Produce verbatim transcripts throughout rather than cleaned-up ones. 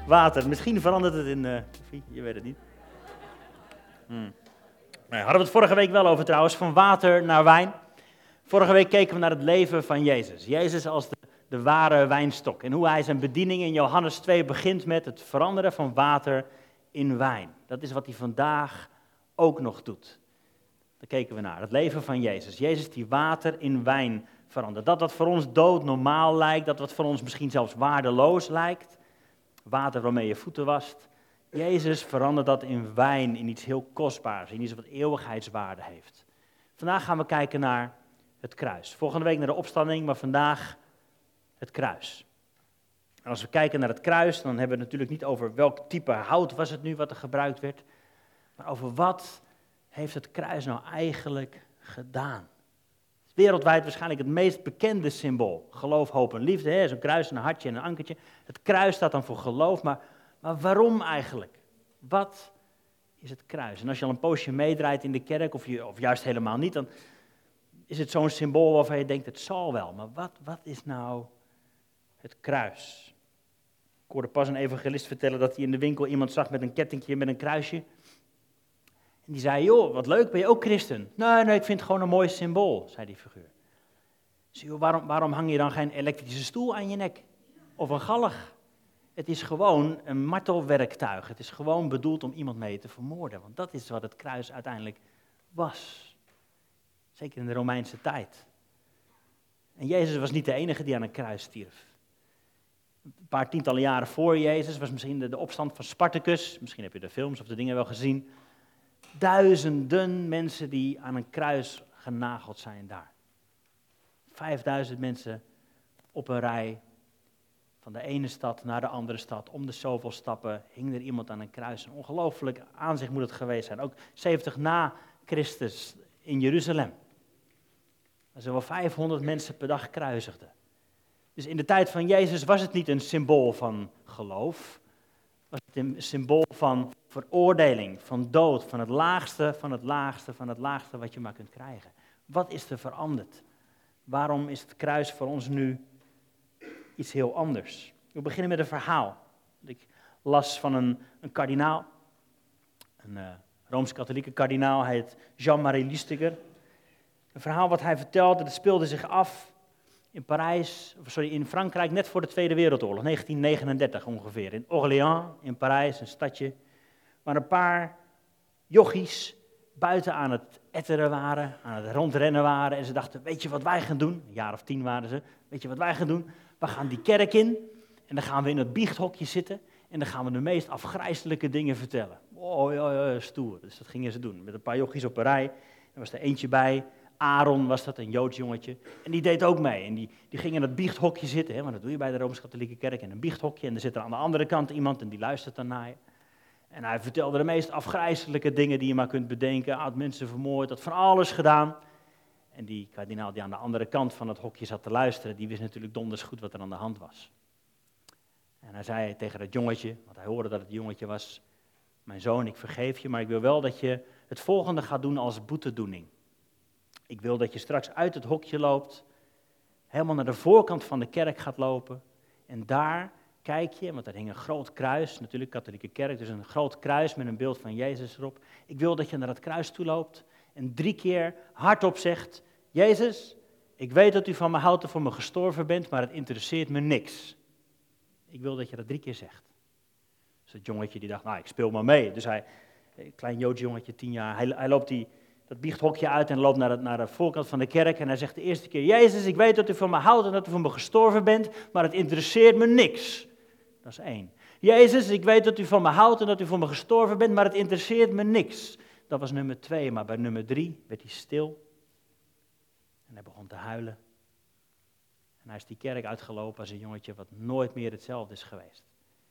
water. Misschien verandert het in uh, koffie, je weet het niet. Hmm. Nou, hadden we het vorige week wel over trouwens, van water naar wijn. Vorige week keken we naar het leven van Jezus. Jezus als de, de ware wijnstok. En hoe hij zijn bediening in Johannes twee begint met het veranderen van water in wijn. Dat is wat hij vandaag ook nog doet. Daar keken we naar, het leven van Jezus. Jezus die water in wijn verandert. Dat wat voor ons doodnormaal lijkt, dat wat voor ons misschien zelfs waardeloos lijkt. Water waarmee je voeten wast. Jezus verandert dat in wijn, in iets heel kostbaars, in iets wat eeuwigheidswaarde heeft. Vandaag gaan we kijken naar het kruis. Volgende week naar de opstanding, maar vandaag het kruis. En als we kijken naar het kruis, dan hebben we het natuurlijk niet over welk type hout was het nu wat er gebruikt werd, maar over wat heeft het kruis nou eigenlijk gedaan. Wereldwijd waarschijnlijk het meest bekende symbool. Geloof, hoop en liefde. Hè? Zo'n kruis, een hartje en een ankertje. Het kruis staat dan voor geloof, maar, maar waarom eigenlijk? Wat is het kruis? En als je al een poosje meedraait in de kerk, of, je, of juist helemaal niet, dan is het zo'n symbool waarvan je denkt, het zal wel. Maar wat, wat is nou het kruis? Ik hoorde pas een evangelist vertellen dat hij in de winkel iemand zag met een kettingje met een kruisje. En die zei, joh, wat leuk, ben je ook christen? Nee, nee, ik vind het gewoon een mooi symbool, zei die figuur. Dus joh, waarom, waarom hang je dan geen elektrische stoel aan je nek? Of een galg? Het is gewoon een martelwerktuig. Het is gewoon bedoeld om iemand mee te vermoorden. Want dat is wat het kruis uiteindelijk was. Zeker in de Romeinse tijd. En Jezus was niet de enige die aan een kruis stierf. Een paar tientallen jaren voor Jezus was misschien de, de opstand van Spartacus. Misschien heb je de films of de dingen wel gezien. Duizenden mensen die aan een kruis genageld zijn daar. Vijfduizend mensen op een rij. Van de ene stad naar de andere stad. Om de zoveel stappen hing er iemand aan een kruis. Een ongelooflijk aanzicht moet het geweest zijn. Ook zeventig na Christus in Jeruzalem. Waar ze wel vijfhonderd mensen per dag kruisigden. Dus in de tijd van Jezus was het niet een symbool van geloof. Was het een symbool van veroordeling, van dood, van het laagste, van het laagste, van het laagste wat je maar kunt krijgen. Wat is er veranderd? Waarom is het kruis voor ons nu iets heel anders? We beginnen met een verhaal. Ik las van een, een kardinaal, een uh, Rooms-katholieke kardinaal, hij heet Jean-Marie Lustiger. Een verhaal wat hij vertelde, dat speelde zich af in Parijs, sorry, in Frankrijk, net voor de Tweede Wereldoorlog, negentien negenendertig ongeveer. In Orléans, in Parijs, een stadje, waar een paar jochies buiten aan het etteren waren, aan het rondrennen waren. En ze dachten, weet je wat wij gaan doen? Een jaar of tien waren ze. Weet je wat wij gaan doen? We gaan die kerk in en dan gaan we in het biechthokje zitten en dan gaan we de meest afgrijselijke dingen vertellen. Oh, ja, ja, stoer. Dus dat gingen ze doen, met een paar jochies op een rij. Er was er eentje bij. Aaron was dat, een Joods jongetje. En die deed ook mee. En die, die ging in het biechthokje zitten, hè, want dat doe je bij de Rooms-Katholieke Kerk, in een biechthokje. En er zit er aan de andere kant iemand en die luistert dan naar je. En hij vertelde de meest afgrijselijke dingen die je maar kunt bedenken. Hij had mensen vermoord, had van alles gedaan. En die kardinaal die aan de andere kant van het hokje zat te luisteren, die wist natuurlijk donders goed wat er aan de hand was. En hij zei tegen dat jongetje, want hij hoorde dat het jongetje was, mijn zoon, ik vergeef je, maar ik wil wel dat je het volgende gaat doen als boetedoening. Ik wil dat je straks uit het hokje loopt, helemaal naar de voorkant van de kerk gaat lopen. En daar kijk je, want daar hing een groot kruis, natuurlijk katholieke kerk, dus een groot kruis met een beeld van Jezus erop. Ik wil dat je naar dat kruis toe loopt en drie keer hardop zegt, Jezus, ik weet dat u van me houdt en voor me gestorven bent, maar het interesseert me niks. Ik wil dat je dat drie keer zegt. Dus het jongetje die dacht, nou ik speel maar mee. Dus hij, een klein Joods jongetje, tien jaar, hij, hij loopt die... dat biechthokje uit en loopt naar de, naar de voorkant van de kerk en hij zegt de eerste keer, Jezus, ik weet dat u van me houdt en dat u voor me gestorven bent, maar het interesseert me niks. Dat is één. Jezus, ik weet dat u van me houdt en dat u voor me gestorven bent, maar het interesseert me niks. Dat was nummer twee, maar bij nummer drie werd hij stil en hij begon te huilen. En hij is die kerk uitgelopen als een jongetje wat nooit meer hetzelfde is geweest.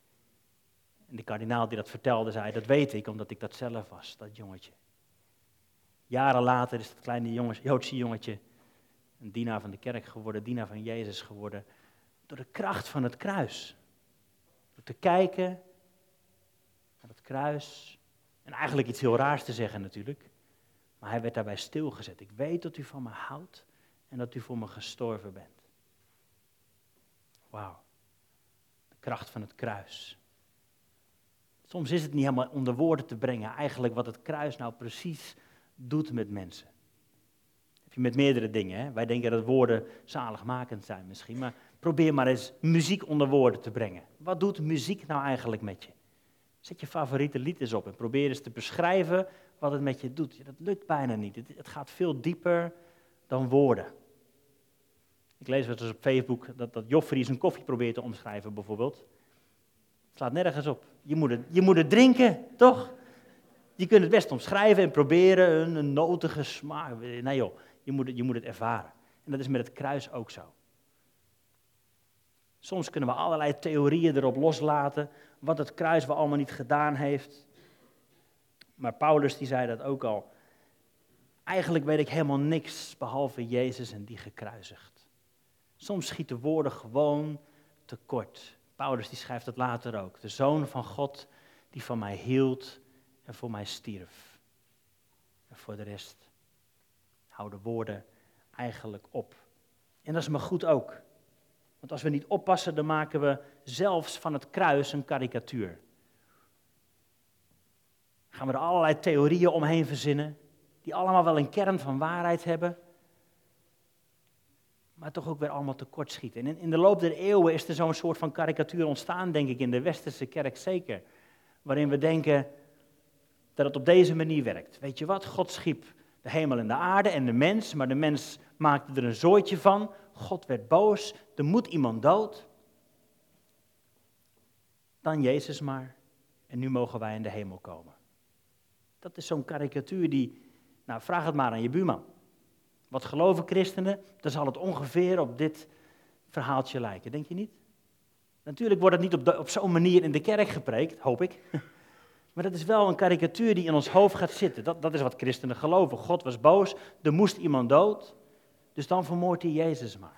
En de kardinaal die dat vertelde zei, dat weet ik omdat ik dat zelf was, dat jongetje. Jaren later is dat kleine jongens, Joodse jongetje een dienaar van de kerk geworden, dienaar van Jezus geworden, door de kracht van het kruis. Door te kijken naar het kruis, en eigenlijk iets heel raars te zeggen natuurlijk, maar hij werd daarbij stilgezet. Ik weet dat u van me houdt en dat u voor me gestorven bent. Wauw, de kracht van het kruis. Soms is het niet helemaal onder woorden te brengen, eigenlijk wat het kruis nou precies doet met mensen. Dat heb je met meerdere dingen, hè? Wij denken dat woorden zaligmakend zijn misschien, maar probeer maar eens muziek onder woorden te brengen. Wat doet muziek nou eigenlijk met je? Zet je favoriete lied eens op en probeer eens te beschrijven wat het met je doet. Ja, dat lukt bijna niet. Het, het gaat veel dieper dan woorden. Ik lees wel eens op Facebook dat, dat Joffrey zijn koffie probeert te omschrijven bijvoorbeeld. Het slaat nergens op. Je moet het, je moet het drinken, toch? Je kunt het best omschrijven en proberen een, een notige smaak. Nee joh, je moet, het, je moet het ervaren. En dat is met het kruis ook zo. Soms kunnen we allerlei theorieën erop loslaten, wat het kruis wel allemaal niet gedaan heeft. Maar Paulus die zei dat ook al. Eigenlijk weet ik helemaal niks behalve Jezus en die gekruisigd. Soms schieten woorden gewoon tekort. Paulus die schrijft het later ook. De Zoon van God die van mij hield en voor mij stierf. En voor de rest houden woorden eigenlijk op. En dat is maar goed ook. Want als we niet oppassen, dan maken we zelfs van het kruis een karikatuur. Gaan we er allerlei theorieën omheen verzinnen, die allemaal wel een kern van waarheid hebben, maar toch ook weer allemaal tekortschieten. En in, in de loop der eeuwen is er zo'n soort van karikatuur ontstaan, denk ik, in de westerse kerk zeker. Waarin we denken dat het op deze manier werkt. Weet je wat, God schiep de hemel en de aarde en de mens, maar de mens maakte er een zooitje van. God werd boos, er moet iemand dood. Dan Jezus maar. En nu mogen wij in de hemel komen. Dat is zo'n karikatuur die, nou vraag het maar aan je buurman. Wat geloven christenen? Dan zal het ongeveer op dit verhaaltje lijken, denk je niet? Natuurlijk wordt het niet op, de, op zo'n manier in de kerk gepreekt, hoop ik. Maar dat is wel een karikatuur die in ons hoofd gaat zitten. Dat, dat is wat christenen geloven. God was boos, er moest iemand dood. Dus dan vermoordt hij Jezus maar.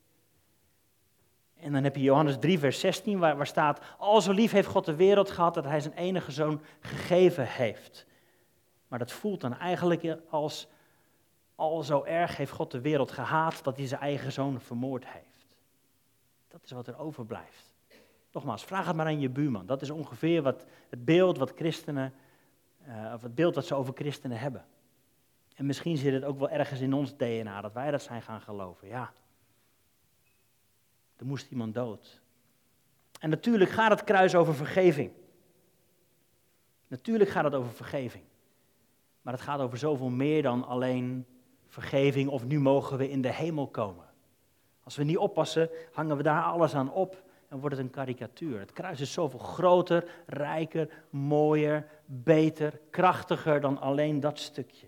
En dan heb je Johannes drie vers zestien waar, waar staat, al zo lief heeft God de wereld gehad dat hij zijn enige zoon gegeven heeft. Maar dat voelt dan eigenlijk als, al zo erg heeft God de wereld gehaat dat hij zijn eigen zoon vermoord heeft. Dat is wat er overblijft. Nogmaals, vraag het maar aan je buurman. Dat is ongeveer wat het beeld wat christenen, uh, of het beeld wat ze over christenen hebben. En misschien zit het ook wel ergens in ons D N A dat wij dat zijn gaan geloven. Ja, er moest iemand dood. En natuurlijk gaat het kruis over vergeving. Natuurlijk gaat het over vergeving. Maar het gaat over zoveel meer dan alleen vergeving of nu mogen we in de hemel komen. Als we niet oppassen, hangen we daar alles aan op en wordt het een karikatuur. Het kruis is zoveel groter, rijker, mooier, beter, krachtiger dan alleen dat stukje.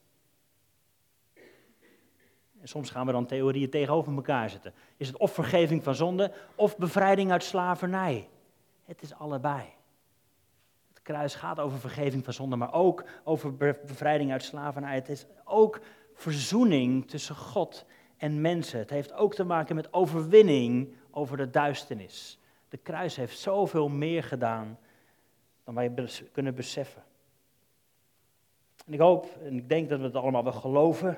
En soms gaan we dan theorieën tegenover elkaar zetten. Is het of vergeving van zonde of bevrijding uit slavernij? Het is allebei. Het kruis gaat over vergeving van zonde, maar ook over bevrijding uit slavernij. Het is ook verzoening tussen God en mensen. Het heeft ook te maken met overwinning over de duisternis. De kruis heeft zoveel meer gedaan dan wij kunnen beseffen. En ik hoop en ik denk dat we het allemaal wel geloven.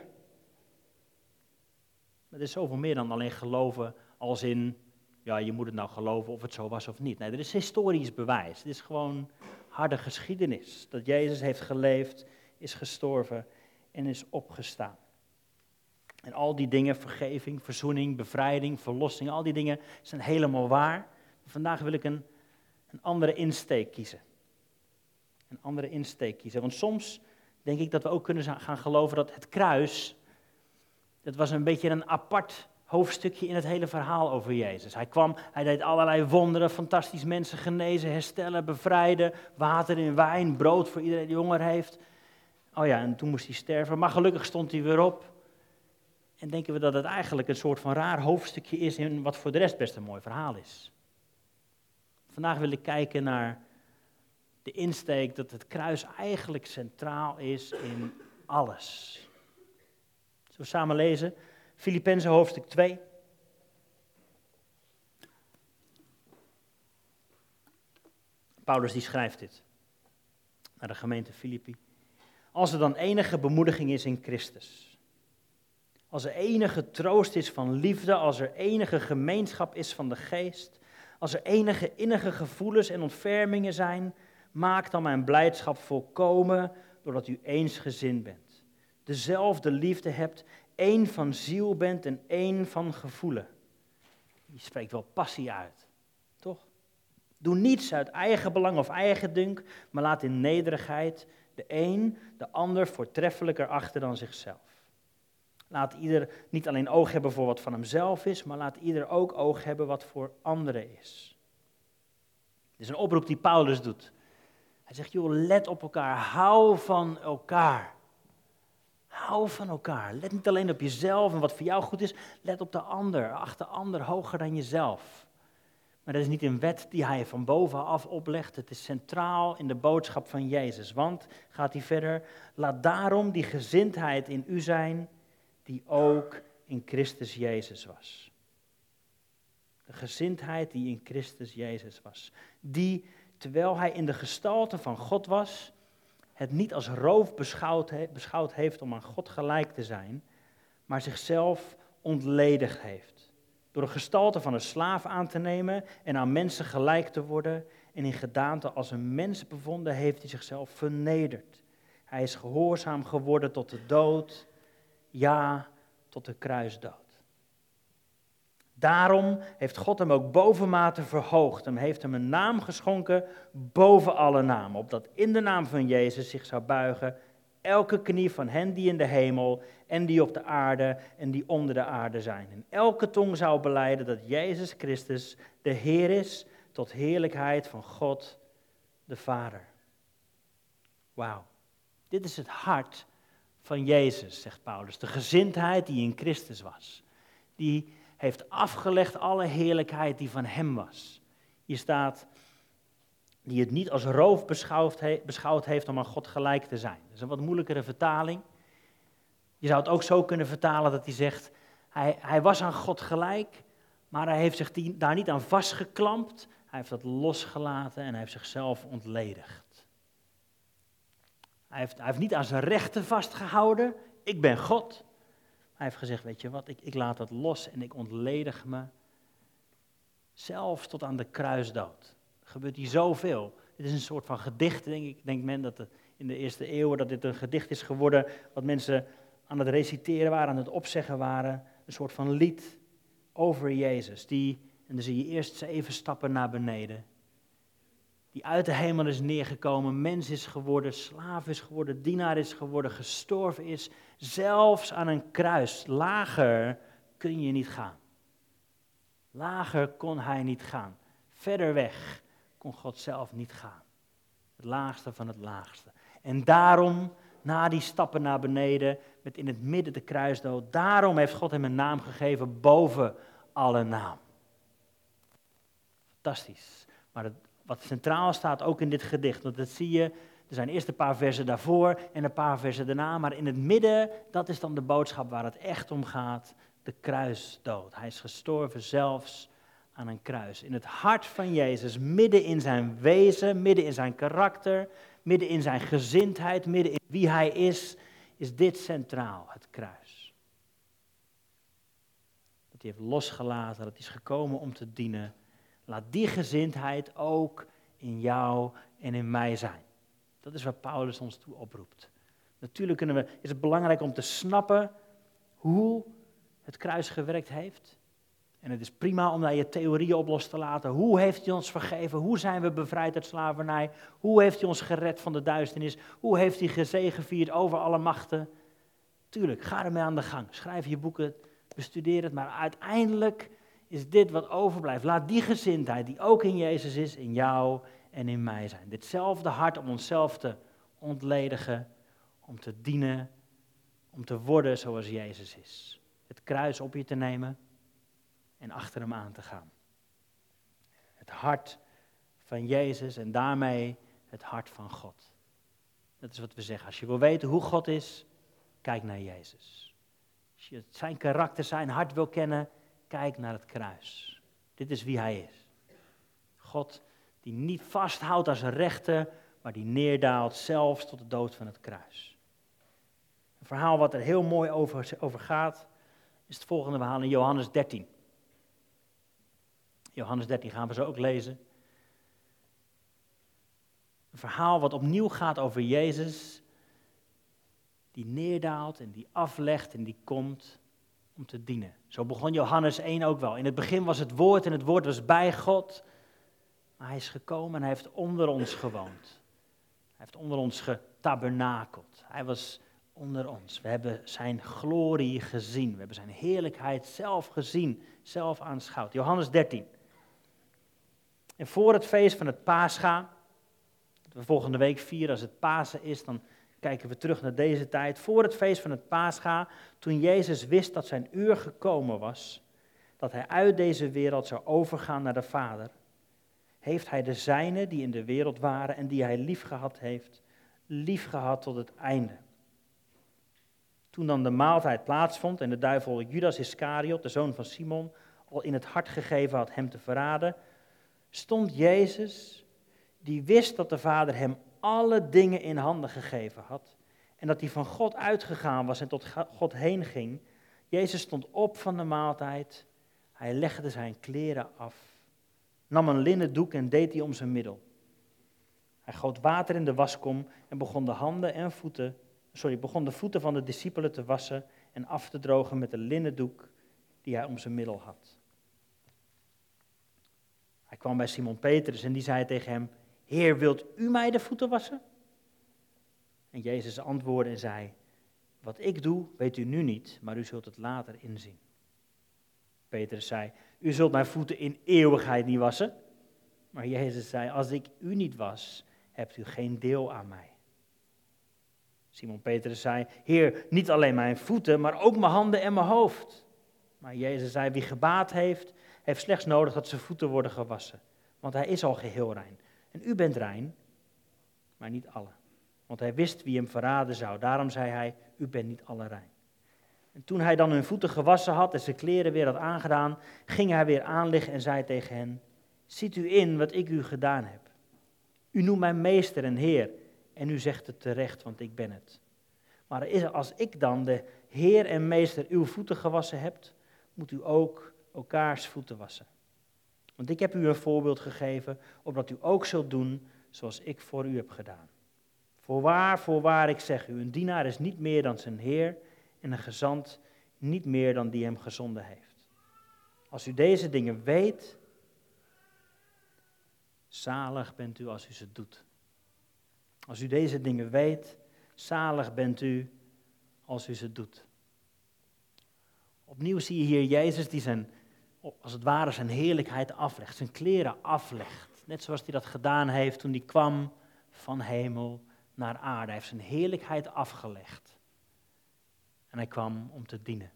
Maar er is zoveel meer dan alleen geloven als in, ja, je moet het nou geloven of het zo was of niet. Nee, er is historisch bewijs. Het is gewoon harde geschiedenis. Dat Jezus heeft geleefd, is gestorven en is opgestaan. En al die dingen, vergeving, verzoening, bevrijding, verlossing, al die dingen zijn helemaal waar. Vandaag wil ik een, een andere insteek kiezen. Een andere insteek kiezen. Want soms denk ik dat we ook kunnen gaan geloven dat het kruis, dat was een beetje een apart hoofdstukje in het hele verhaal over Jezus. Hij kwam, hij deed allerlei wonderen, fantastisch mensen genezen, herstellen, bevrijden, water in wijn, brood voor iedereen die honger heeft. Oh ja, en toen moest hij sterven, maar gelukkig stond hij weer op. En denken we dat het eigenlijk een soort van raar hoofdstukje is in wat voor de rest best een mooi verhaal is. Vandaag wil ik kijken naar de insteek dat het kruis eigenlijk centraal is in alles. Zullen we samen lezen? Filippenzen hoofdstuk twee. Paulus die schrijft dit naar de gemeente Filippi. Als er dan enige bemoediging is in Christus, als er enige troost is van liefde, als er enige gemeenschap is van de geest, als er enige innige gevoelens en ontfermingen zijn, Maak dan mijn blijdschap volkomen, doordat u eensgezind bent. Dezelfde liefde hebt, één van ziel bent en één van gevoelen. Je spreekt wel passie uit, toch? Doe niets uit eigen belang of eigendunk, maar laat in nederigheid de een de ander voortreffelijker achter dan zichzelf. Laat ieder niet alleen oog hebben voor wat van hemzelf is, maar laat ieder ook oog hebben wat voor anderen is. Dit is een oproep die Paulus doet. Hij zegt, joh, let op elkaar, hou van elkaar. Hou van elkaar. Let niet alleen op jezelf en wat voor jou goed is, let op de ander, acht de ander hoger dan jezelf. Maar dat is niet een wet die hij van bovenaf oplegt, het is centraal in de boodschap van Jezus. Want, gaat hij verder, laat daarom die gezindheid in u zijn, die ook in Christus Jezus was. De gezindheid die in Christus Jezus was. Die, terwijl hij in de gestalte van God was, het niet als roof beschouwd, he, beschouwd heeft om aan God gelijk te zijn, maar zichzelf ontledigd heeft. Door de gestalte van een slaaf aan te nemen en aan mensen gelijk te worden en in gedaante als een mens bevonden, heeft hij zichzelf vernederd. Hij is gehoorzaam geworden tot de dood, ja, tot de kruisdood. Daarom heeft God hem ook bovenmate verhoogd en heeft hem een naam geschonken boven alle namen, opdat in de naam van Jezus zich zou buigen elke knie van hen die in de hemel en die op de aarde en die onder de aarde zijn. En elke tong zou belijden dat Jezus Christus de Heer is, tot heerlijkheid van God de Vader. Wauw, dit is het hart van Jezus, zegt Paulus. De gezindheid die in Christus was. Die heeft afgelegd alle heerlijkheid die van hem was. Hier staat, die het niet als roof beschouwd, he, beschouwd heeft om aan God gelijk te zijn. Dat is een wat moeilijkere vertaling. Je zou het ook zo kunnen vertalen dat hij zegt, hij, hij was aan God gelijk, maar hij heeft zich die, daar niet aan vastgeklampt. Hij heeft dat losgelaten en hij heeft zichzelf ontledigd. Hij heeft, hij heeft niet aan zijn rechten vastgehouden, ik ben God. Hij heeft gezegd, weet je wat, ik, ik laat dat los en ik ontledig me. Zelfs tot aan de kruisdood. Er gebeurt hier zoveel. Dit is een soort van gedicht, denk ik. Denkt men dat het in de eerste eeuwen dat dit een gedicht is geworden, wat mensen aan het reciteren waren, aan het opzeggen waren. Een soort van lied over Jezus. Die, en dan zie je eerst zeven stappen naar beneden. Die uit de hemel is neergekomen, mens is geworden, slaaf is geworden, dienaar is geworden, gestorven is. Zelfs aan een kruis. Lager kun je niet gaan. Lager kon hij niet gaan. Verder weg kon God zelf niet gaan. Het laagste van het laagste. En daarom, na die stappen naar beneden, met in het midden de kruisdood, daarom heeft God hem een naam gegeven boven alle naam. Fantastisch. Maar het, wat centraal staat ook in dit gedicht, want dat zie je, er zijn eerst een paar versen daarvoor en een paar versen daarna, maar in het midden, dat is dan de boodschap waar het echt om gaat, de kruisdood. Hij is gestorven zelfs aan een kruis. In het hart van Jezus, midden in zijn wezen, midden in zijn karakter, midden in zijn gezindheid, midden in wie hij is, is dit centraal, het kruis. Dat hij heeft losgelaten, dat hij is gekomen om te dienen. Laat die gezindheid ook in jou en in mij zijn. Dat is waar Paulus ons toe oproept. Natuurlijk kunnen we, is het belangrijk om te snappen hoe het kruis gewerkt heeft. En het is prima om daar je theorieën op los te laten. Hoe heeft hij ons vergeven? Hoe zijn we bevrijd uit slavernij? Hoe heeft hij ons gered van de duisternis? Hoe heeft hij gezegevierd over alle machten? Tuurlijk, ga ermee aan de gang. Schrijf je boeken, bestudeer het. Maar uiteindelijk is dit wat overblijft. Laat die gezindheid die ook in Jezus is, in jou en in mij zijn. Ditzelfde hart om onszelf te ontledigen, om te dienen, om te worden zoals Jezus is. Het kruis op je te nemen en achter hem aan te gaan. Het hart van Jezus en daarmee het hart van God. Dat is wat we zeggen. Als je wil weten hoe God is, kijk naar Jezus. Als je zijn karakter, zijn hart wil kennen, kijk naar het kruis. Dit is wie hij is. God die niet vasthoudt aan zijn rechten, maar die neerdaalt zelfs tot de dood van het kruis. Een verhaal wat er heel mooi over, over gaat, is het volgende verhaal in Johannes dertien. Johannes dertien gaan we zo ook lezen. Een verhaal wat opnieuw gaat over Jezus, die neerdaalt en die aflegt en die komt om te dienen. Zo begon Johannes één ook wel. In het begin was het woord en het woord was bij God. Maar hij is gekomen en hij heeft onder ons gewoond. Hij heeft onder ons getabernakeld. Hij was onder ons. We hebben zijn glorie gezien. We hebben zijn heerlijkheid zelf gezien, zelf aanschouwd. Johannes dertien. En voor het feest van het Pascha, dat we volgende week vieren als het Pasen is, dan kijken we terug naar deze tijd. Voor het feest van het Pascha, toen Jezus wist dat zijn uur gekomen was, dat hij uit deze wereld zou overgaan naar de Vader, heeft hij de zijnen die in de wereld waren en die hij liefgehad heeft, liefgehad tot het einde. Toen dan de maaltijd plaatsvond en de duivel Judas Iscariot, de zoon van Simon, al in het hart gegeven had hem te verraden, stond Jezus, die wist dat de Vader hem alle dingen in handen gegeven had en dat hij van God uitgegaan was en tot God heen ging. Jezus stond op van de maaltijd, hij legde zijn kleren af, nam een linnen doek en deed die om zijn middel. Hij goot water in de waskom en begon de handen en voeten, sorry, begon de voeten van de discipelen te wassen en af te drogen met de linnen doek die hij om zijn middel had. Hij kwam bij Simon Petrus en die zei tegen hem: Heer, wilt u mij de voeten wassen? En Jezus antwoordde en zei: Wat ik doe, weet u nu niet, maar u zult het later inzien. Petrus zei: U zult mijn voeten in eeuwigheid niet wassen. Maar Jezus zei: Als ik u niet was, hebt u geen deel aan mij. Simon Petrus zei: Heer, niet alleen mijn voeten, maar ook mijn handen en mijn hoofd. Maar Jezus zei: Wie gebaat heeft, heeft slechts nodig dat zijn voeten worden gewassen. Want hij is al geheel rein. En u bent rein, maar niet alle. Want hij wist wie hem verraden zou. Daarom zei hij: U bent niet alle rein. En toen hij dan hun voeten gewassen had en zijn kleren weer had aangedaan, ging hij weer aanliggen en zei tegen hen: Ziet u in wat ik u gedaan heb. U noemt mij meester en heer en u zegt het terecht, want ik ben het. Maar als ik dan, de heer en meester, uw voeten gewassen heb, moet u ook elkaars voeten wassen. Want ik heb u een voorbeeld gegeven, opdat u ook zult doen zoals ik voor u heb gedaan. Voorwaar, voorwaar, ik zeg u, een dienaar is niet meer dan zijn heer en een gezant niet meer dan die hem gezonden heeft. Als u deze dingen weet, zalig bent u als u ze doet. Als u deze dingen weet, zalig bent u als u ze doet. Opnieuw zie je hier Jezus die zijn, als het ware zijn heerlijkheid aflegt, zijn kleren aflegt. Net zoals hij dat gedaan heeft toen hij kwam van hemel naar aarde. Hij heeft zijn heerlijkheid afgelegd. En hij kwam om te dienen.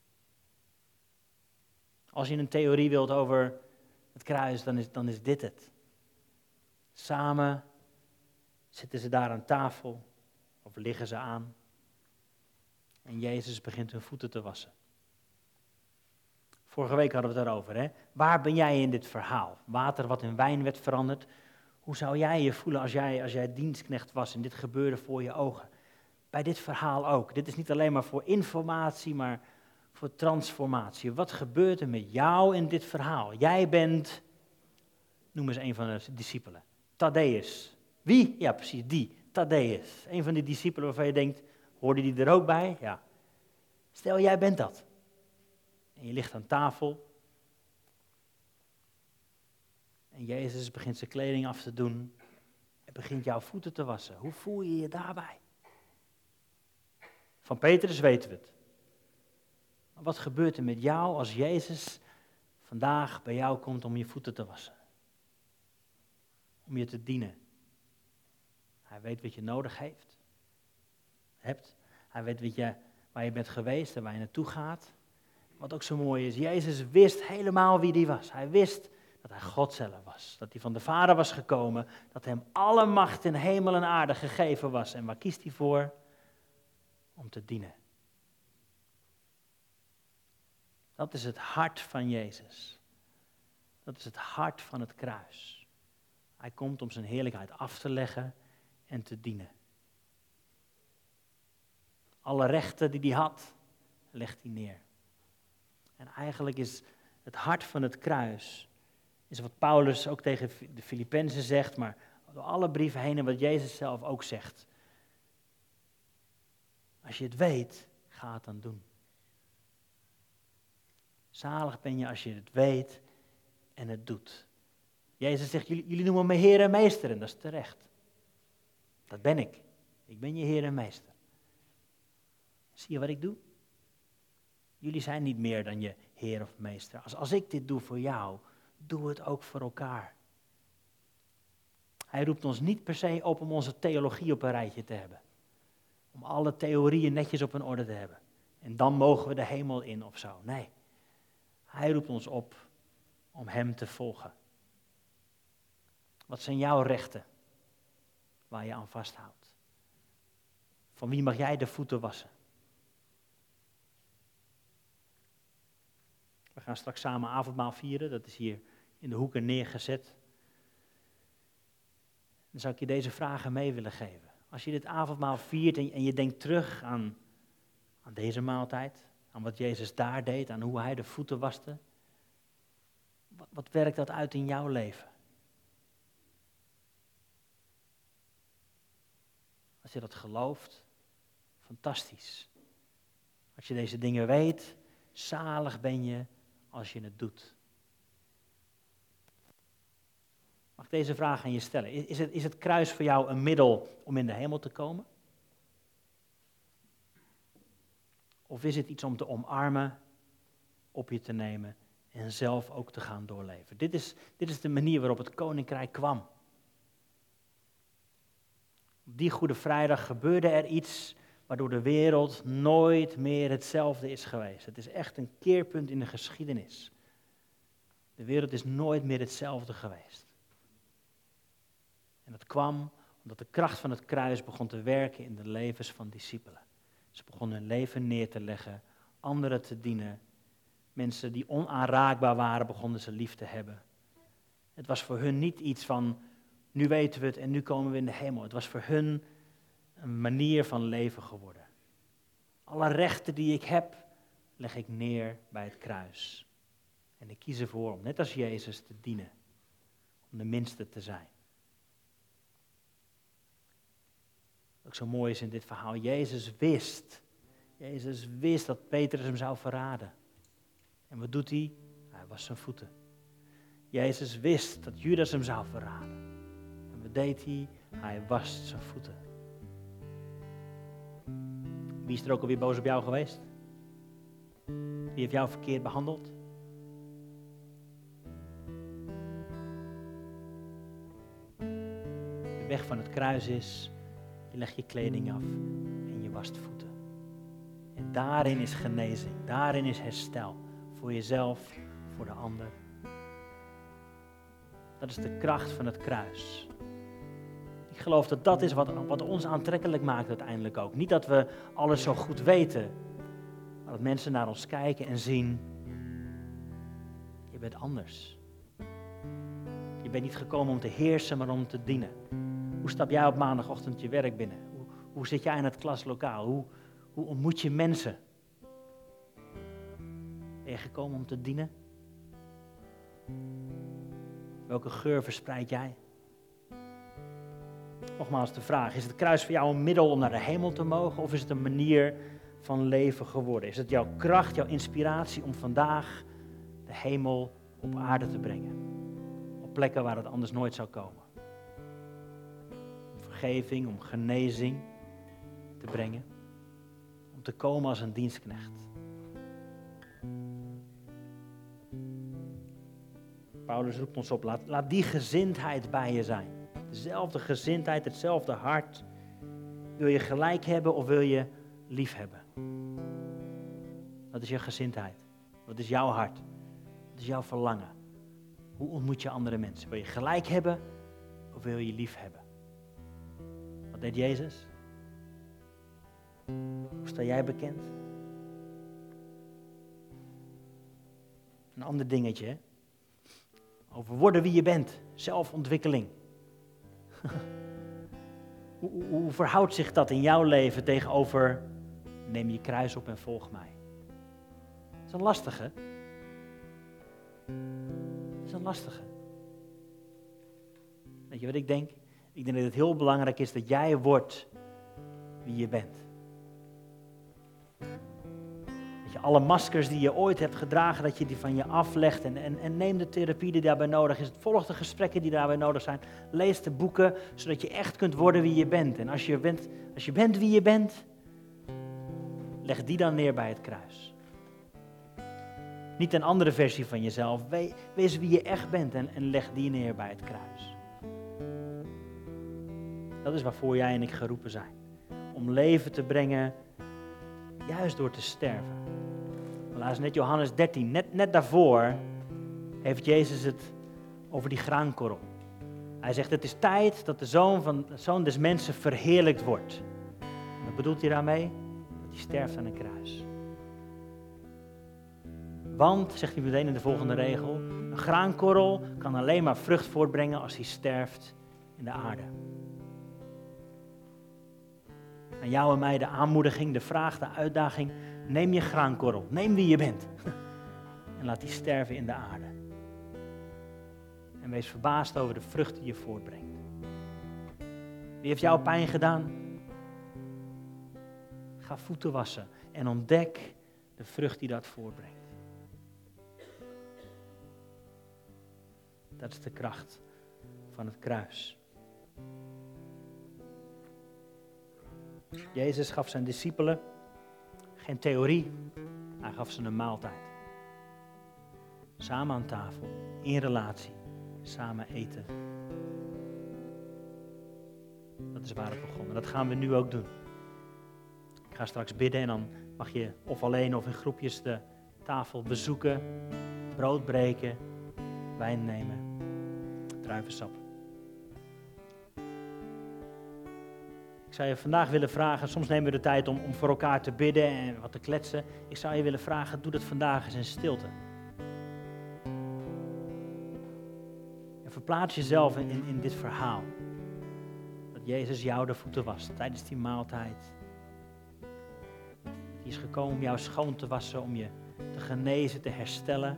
Als je een theorie wilt over het kruis, dan is, dan is dit het. Samen zitten ze daar aan tafel, of liggen ze aan. En Jezus begint hun voeten te wassen. Vorige week hadden we het daarover, hè? Waar ben jij in dit verhaal? Water wat in wijn werd veranderd. Hoe zou jij je voelen als jij, als jij dienstknecht was en dit gebeurde voor je ogen? Bij dit verhaal ook. Dit is niet alleen maar voor informatie, maar voor transformatie. Wat gebeurt er met jou in dit verhaal? Jij bent, noem eens een van de discipelen. Thaddeus. Wie? Ja, precies, die. Thaddeus. Een van die discipelen waarvan je denkt, hoorde die er ook bij? Ja. Stel, jij bent dat. En je ligt aan tafel. En Jezus begint zijn kleding af te doen. En begint jouw voeten te wassen. Hoe voel je je daarbij? Van Petrus weten we het. Maar wat gebeurt er met jou als Jezus vandaag bij jou komt om je voeten te wassen? Om je te dienen. Hij weet wat je nodig heeft. hebt. Hij weet wat je, waar je bent geweest en waar je naartoe gaat. Wat ook zo mooi is, Jezus wist helemaal wie hij was. Hij wist dat hij God zelf was. Dat hij van de Vader was gekomen. Dat hem alle macht in hemel en aarde gegeven was. En waar kiest hij voor? Om te dienen. Dat is het hart van Jezus. Dat is het hart van het kruis. Hij komt om zijn heerlijkheid af te leggen en te dienen. Alle rechten die hij had, legt hij neer. En eigenlijk is het hart van het kruis, is wat Paulus ook tegen de Filippenzen zegt, maar Door alle brieven heen en wat Jezus zelf ook zegt. Als je het weet, ga het dan doen. Zalig ben je als je het weet en het doet. Jezus zegt, jullie, jullie noemen me Heer en Meester en dat is terecht. Dat ben ik. Ik ben je Heer en Meester. Zie je wat ik doe? Jullie zijn niet meer dan je Heer of Meester. Als, als ik dit doe voor jou, doe het ook voor elkaar. Hij roept ons niet per se op om onze theologie op een rijtje te hebben. Om alle theorieën netjes op een orde te hebben. En dan mogen we de hemel in of zo. Nee. Hij roept ons op om hem te volgen. Wat zijn jouw rechten waar je aan vasthoudt? Van wie mag jij de voeten wassen? We gaan straks samen avondmaal vieren. Dat is hier in de hoeken neergezet. Dan zou ik je deze vragen mee willen geven. Als je dit avondmaal viert en je, en je denkt terug aan, aan deze maaltijd, aan wat Jezus daar deed, aan hoe hij de voeten waste. Wat, wat werkt dat uit in jouw leven? Als je dat gelooft, fantastisch. Als je deze dingen weet, zalig ben je als je het doet. Mag ik deze vraag aan je stellen? Is het, is het kruis voor jou een middel om in de hemel te komen? Of is het iets om te omarmen, op je te nemen en zelf ook te gaan doorleven? Dit is, dit is de manier waarop het koninkrijk kwam. Op die Goede Vrijdag gebeurde er iets waardoor de wereld nooit meer hetzelfde is geweest. Het is echt een keerpunt in de geschiedenis. De wereld is nooit meer hetzelfde geweest. En dat kwam omdat de kracht van het kruis begon te werken in de levens van discipelen. Ze begonnen hun leven neer te leggen, anderen te dienen. Mensen die onaanraakbaar waren, begonnen ze lief te hebben. Het was voor hun niet iets van, nu weten we het en nu komen we in de hemel. Het was voor hun een manier van leven geworden. Alle rechten die ik heb, leg ik neer bij het kruis. En ik kies ervoor om net als Jezus te dienen, om de minste te zijn. Wat ook zo mooi is in dit verhaal, Jezus wist, Jezus wist dat Petrus hem zou verraden. En wat doet hij? Hij wast zijn voeten. Jezus wist dat Judas hem zou verraden. En wat deed hij? Hij wast zijn voeten. Wie is er ook alweer boos op jou geweest? Wie heeft jou verkeerd behandeld? De weg van het kruis is, je legt je kleding af en je wast voeten. En daarin is genezing, daarin is herstel. Voor jezelf, voor de ander. Dat is de kracht van het kruis. Ik geloof dat dat is wat, wat ons aantrekkelijk maakt uiteindelijk ook. Niet dat we alles zo goed weten, maar dat mensen naar ons kijken en zien, je bent anders. Je bent niet gekomen om te heersen, maar om te dienen. Hoe stap jij op maandagochtend je werk binnen? Hoe, hoe zit jij in het klaslokaal? Hoe, hoe ontmoet je mensen? Ben je gekomen om te dienen? Welke geur verspreid jij? Nogmaals de vraag, is het kruis voor jou een middel om naar de hemel te mogen? Of is het een manier van leven geworden? Is het jouw kracht, jouw inspiratie om vandaag de hemel op aarde te brengen? Op plekken waar het anders nooit zou komen. Om vergeving, om genezing te brengen. Om te komen als een dienstknecht. Paulus roept ons op, laat, laat die gezindheid bij je zijn. Dezelfde gezindheid, hetzelfde hart. Wil je gelijk hebben of wil je lief hebben? Wat is je gezindheid? Wat is jouw hart? Wat is jouw verlangen? Hoe ontmoet je andere mensen? Wil je gelijk hebben of wil je lief hebben? Wat deed Jezus? Hoe sta jij bekend? Een ander dingetje, hè? Over worden wie je bent, zelfontwikkeling. hoe, hoe, hoe verhoudt zich dat in jouw leven tegenover neem je kruis op en volg mij? Dat is een lastige. Dat is een lastige. Weet je wat ik denk? Ik denk dat het heel belangrijk is dat jij wordt wie je bent. Dat je alle maskers die je ooit hebt gedragen, dat je die van je aflegt. En, en, en neem de therapie die daarbij nodig is. Volg de gesprekken die daarbij nodig zijn. Lees de boeken, zodat je echt kunt worden wie je bent. En als je bent, als je bent wie je bent, leg die dan neer bij het kruis. Niet een andere versie van jezelf. We, wees wie je echt bent en, en leg die neer bij het kruis. Dat is waarvoor jij en ik geroepen zijn. Om leven te brengen, juist door te sterven. Laat net Johannes dertien, net, net daarvoor heeft Jezus het over die graankorrel. Hij zegt, het is tijd dat de zoon, van, de zoon des mensen verheerlijkt wordt. En wat bedoelt hij daarmee? Dat hij sterft aan een kruis. Want, zegt hij meteen in de volgende regel, een graankorrel kan alleen maar vrucht voortbrengen als hij sterft in de aarde. Aan jou en mij de aanmoediging, de vraag, de uitdaging, neem je graankorrel, neem wie je bent en laat die sterven in de aarde. En wees verbaasd over de vrucht die je voortbrengt. Wie heeft jou pijn gedaan? Ga voeten wassen en ontdek de vrucht die dat voortbrengt. Dat is de kracht van het kruis. Jezus gaf zijn discipelen geen theorie, hij gaf ze een maaltijd. Samen aan tafel, in relatie, samen eten. Dat is waar het begon en dat gaan we nu ook doen. Ik ga straks bidden en dan mag je of alleen of in groepjes de tafel bezoeken, brood breken, wijn nemen, druivensap. Ik zou je vandaag willen vragen, soms nemen we de tijd om, om voor elkaar te bidden en wat te kletsen. Ik zou je willen vragen, doe dat vandaag eens in stilte. En verplaats jezelf in, in, in dit verhaal. Dat Jezus jou de voeten wast tijdens die maaltijd. Die is gekomen om jou schoon te wassen, om je te genezen, te herstellen.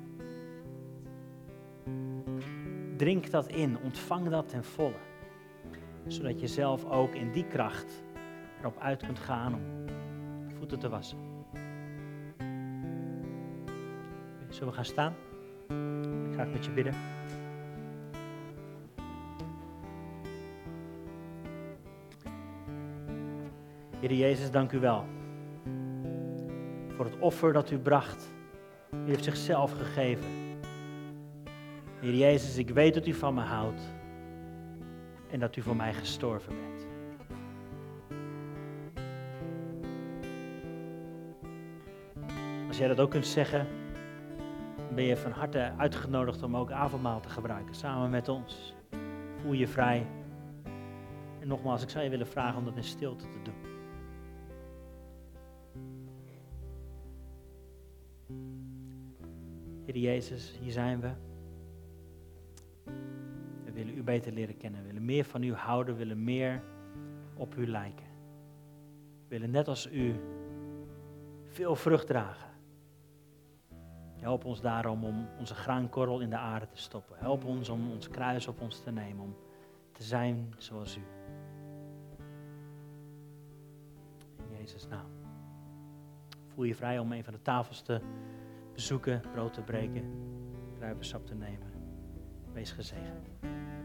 Drink dat in, ontvang dat ten volle. Zodat je zelf ook in die kracht erop uit kunt gaan om voeten te wassen. Zullen we gaan staan? Ik ga met je bidden. Heer Jezus, dank u wel. Voor het offer dat u bracht. U heeft zichzelf gegeven. Heer Jezus, ik weet dat u van me houdt. En dat u voor mij gestorven bent. Als jij dat ook kunt zeggen, dan ben je van harte uitgenodigd om ook avondmaal te gebruiken, samen met ons. Voel je vrij. En nogmaals, ik zou je willen vragen om dat in stilte te doen. Heer Jezus, hier zijn we. We willen u beter leren kennen. We willen meer van u houden. We willen meer op u lijken. We willen net als u veel vrucht dragen. Help ons daarom om onze graankorrel in de aarde te stoppen. Help ons om ons kruis op ons te nemen. Om te zijn zoals u. In Jezus' naam. Voel je vrij om een van de tafels te bezoeken, brood te breken, druivensap te nemen. Wees gezegend.